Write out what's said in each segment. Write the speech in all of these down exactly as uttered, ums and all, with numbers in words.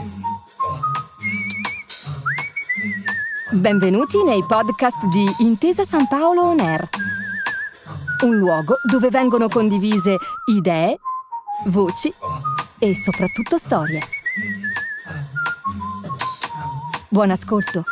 Benvenuti nei podcast di Intesa San Paolo On Air, un luogo dove vengono condivise idee, voci e soprattutto storie. Buon ascolto.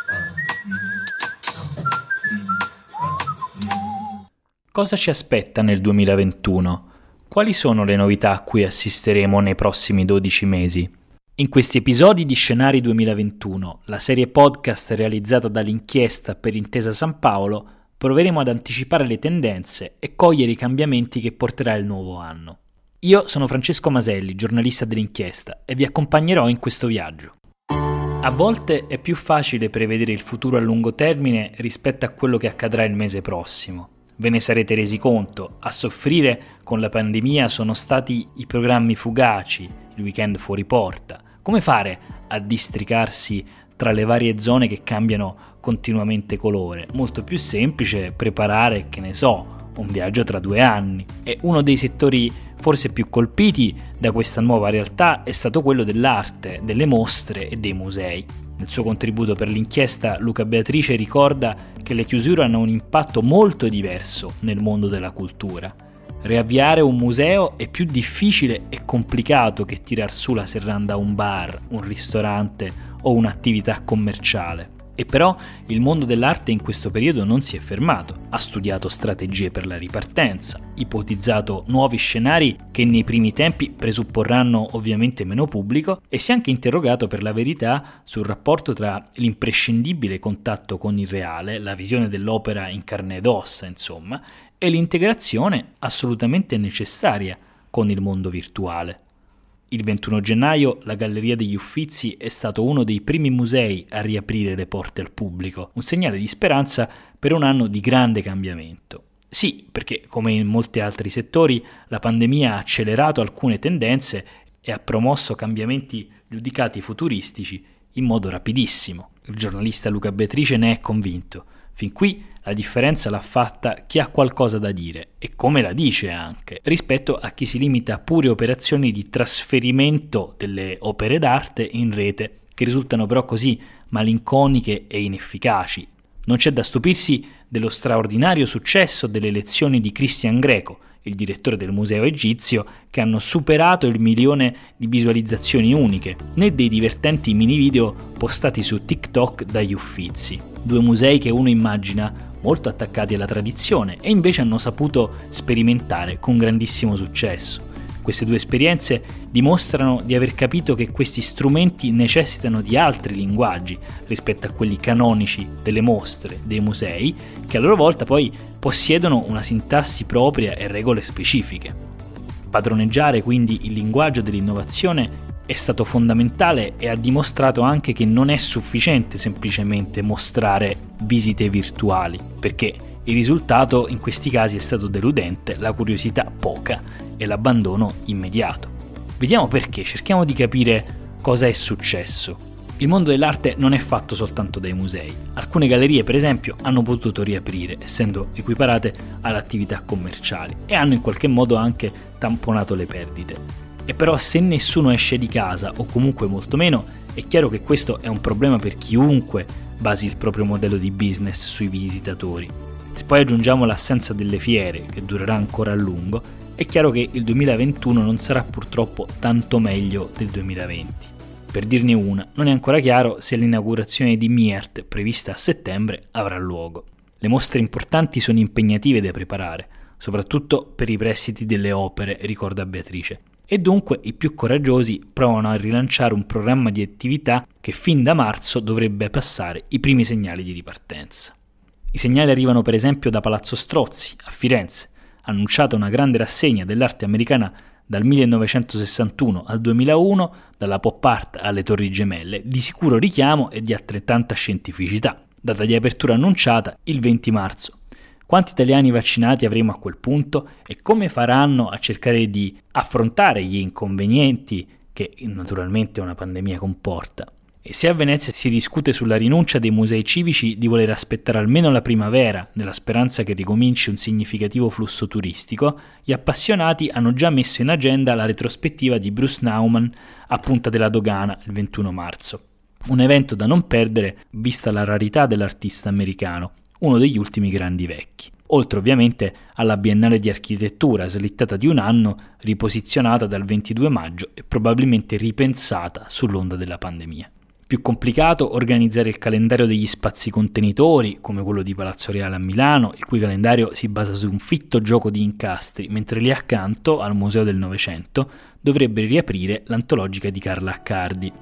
Cosa ci aspetta nel duemilaventuno? Quali sono le novità a cui assisteremo nei prossimi dodici mesi? In questi episodi di Scenari duemilaventuno, la serie podcast realizzata dall'Inchiesta per Intesa San Paolo, proveremo ad anticipare le tendenze e cogliere i cambiamenti che porterà il nuovo anno. Io sono Francesco Maselli, giornalista dell'Inchiesta, e vi accompagnerò in questo viaggio. A volte è più facile prevedere il futuro a lungo termine rispetto a quello che accadrà il mese prossimo. Ve ne sarete resi conto, a soffrire con la pandemia sono stati i programmi fugaci, il weekend fuori porta. Come fare a districarsi tra le varie zone che cambiano continuamente colore? Molto più semplice preparare, che ne so, un viaggio tra due anni. E uno dei settori forse più colpiti da questa nuova realtà è stato quello dell'arte, delle mostre e dei musei. Nel suo contributo per l'inchiesta, Luca Beatrice ricorda che le chiusure hanno un impatto molto diverso nel mondo della cultura. Riavviare un museo è più difficile e complicato che tirar su la serranda a un bar, un ristorante o un'attività commerciale. E però il mondo dell'arte in questo periodo non si è fermato, ha studiato strategie per la ripartenza, ipotizzato nuovi scenari che nei primi tempi presupporranno ovviamente meno pubblico e si è anche interrogato per la verità sul rapporto tra l'imprescindibile contatto con il reale, la visione dell'opera in carne ed ossa, insomma, e l'integrazione assolutamente necessaria con il mondo virtuale. Il ventuno gennaio la Galleria degli Uffizi è stato uno dei primi musei a riaprire le porte al pubblico, un segnale di speranza per un anno di grande cambiamento. Sì, perché come in molti altri settori la pandemia ha accelerato alcune tendenze e ha promosso cambiamenti giudicati futuristici in modo rapidissimo. Il giornalista Luca Beatrice ne è convinto. Fin qui la differenza l'ha fatta chi ha qualcosa da dire e come la dice anche, rispetto a chi si limita a pure operazioni di trasferimento delle opere d'arte in rete, che risultano però così malinconiche e inefficaci. Non c'è da stupirsi dello straordinario successo delle lezioni di Christian Greco, il direttore del museo egizio, che hanno superato il milione di visualizzazioni uniche, né dei divertenti mini video postati su TikTok dagli Uffizi. Due musei che uno immagina molto attaccati alla tradizione e invece hanno saputo sperimentare con grandissimo successo. Queste due esperienze dimostrano di aver capito che questi strumenti necessitano di altri linguaggi rispetto a quelli canonici delle mostre, dei musei, che a loro volta poi possiedono una sintassi propria e regole specifiche. Padroneggiare quindi il linguaggio dell'innovazione è stato fondamentale e ha dimostrato anche che non è sufficiente semplicemente mostrare visite virtuali, perché il risultato in questi casi è stato deludente, la curiosità poca e l'abbandono immediato. Vediamo perché, cerchiamo di capire cosa è successo. Il mondo dell'arte non è fatto soltanto dai musei. Alcune gallerie, per esempio, hanno potuto riaprire, essendo equiparate alle attività commerciali, e hanno in qualche modo anche tamponato le perdite. E però se nessuno esce di casa, o comunque molto meno, è chiaro che questo è un problema per chiunque basi il proprio modello di business sui visitatori. Se poi aggiungiamo l'assenza delle fiere, che durerà ancora a lungo, è chiaro che il duemilaventuno non sarà purtroppo tanto meglio del duemilaventi. Per dirne una, non è ancora chiaro se l'inaugurazione di MIART, prevista a settembre, avrà luogo. Le mostre importanti sono impegnative da preparare, soprattutto per i prestiti delle opere, ricorda Beatrice. E dunque i più coraggiosi provano a rilanciare un programma di attività che fin da marzo dovrebbe passare i primi segnali di ripartenza. I segnali arrivano per esempio da Palazzo Strozzi, a Firenze, annunciata una grande rassegna dell'arte americana dal millenovecentosessantuno al duemilauno, dalla pop art alle Torri Gemelle, di sicuro richiamo e di altrettanta scientificità. Data di apertura annunciata il venti marzo. Quanti italiani vaccinati avremo a quel punto e come faranno a cercare di affrontare gli inconvenienti che naturalmente una pandemia comporta? E se a Venezia si discute sulla rinuncia dei musei civici di voler aspettare almeno la primavera, nella speranza che ricominci un significativo flusso turistico, gli appassionati hanno già messo in agenda la retrospettiva di Bruce Nauman a Punta della Dogana il ventuno marzo. Un evento da non perdere vista la rarità dell'artista americano, uno degli ultimi grandi vecchi. Oltre ovviamente alla Biennale di Architettura, slittata di un anno, riposizionata dal ventidue maggio e probabilmente ripensata sull'onda della pandemia. Più complicato organizzare il calendario degli spazi contenitori, come quello di Palazzo Reale a Milano, il cui calendario si basa su un fitto gioco di incastri, mentre lì accanto, al Museo del Novecento, dovrebbe riaprire l'antologica di Carla Accardi.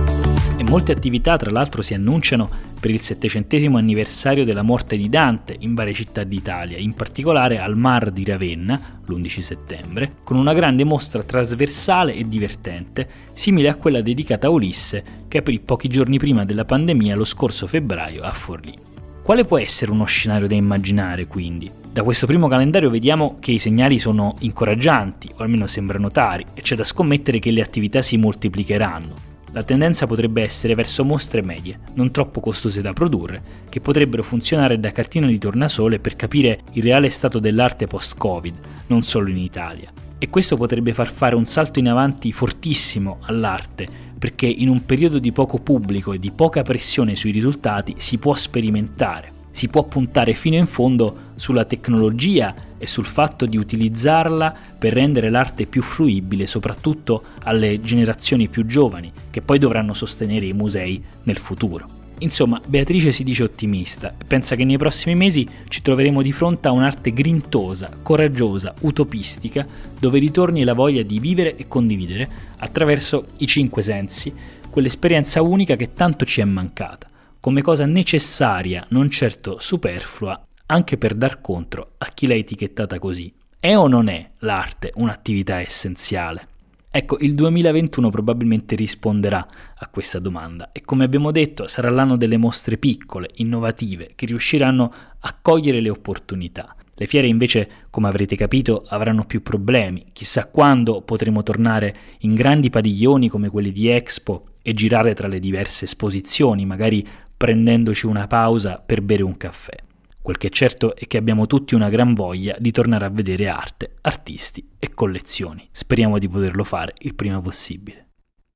E molte attività tra l'altro si annunciano per il settecentesimo anniversario della morte di Dante in varie città d'Italia, in particolare al Mar di Ravenna, l'undici settembre, con una grande mostra trasversale e divertente, simile a quella dedicata a Ulisse che aprì pochi giorni prima della pandemia lo scorso febbraio a Forlì. Quale può essere uno scenario da immaginare quindi? Da questo primo calendario vediamo che i segnali sono incoraggianti, o almeno sembrano tali, e c'è da scommettere che le attività si moltiplicheranno. La tendenza potrebbe essere verso mostre medie, non troppo costose da produrre, che potrebbero funzionare da cartina di tornasole per capire il reale stato dell'arte post-Covid, non solo in Italia. E questo potrebbe far fare un salto in avanti fortissimo all'arte, perché in un periodo di poco pubblico e di poca pressione sui risultati si può sperimentare. Si può puntare fino in fondo sulla tecnologia e sul fatto di utilizzarla per rendere l'arte più fruibile soprattutto alle generazioni più giovani, che poi dovranno sostenere i musei nel futuro. Insomma, Beatrice si dice ottimista e pensa che nei prossimi mesi ci troveremo di fronte a un'arte grintosa, coraggiosa, utopistica, dove ritorni la voglia di vivere e condividere attraverso i cinque sensi, quell'esperienza unica che tanto ci è mancata, come cosa necessaria, non certo superflua, anche per dar contro a chi l'ha etichettata così. È o non è l'arte un'attività essenziale? Ecco, il duemilaventuno probabilmente risponderà a questa domanda e, come abbiamo detto, sarà l'anno delle mostre piccole, innovative, che riusciranno a cogliere le opportunità. Le fiere invece, come avrete capito, avranno più problemi. Chissà quando potremo tornare in grandi padiglioni come quelli di Expo e girare tra le diverse esposizioni, magari prendendoci una pausa per bere un caffè. Quel che è certo è che abbiamo tutti una gran voglia di tornare a vedere arte, artisti e collezioni. Speriamo di poterlo fare il prima possibile.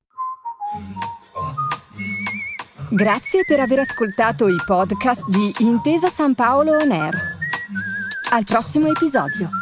Grazie per aver ascoltato i podcast di Intesa San Paolo On Air. Al prossimo episodio.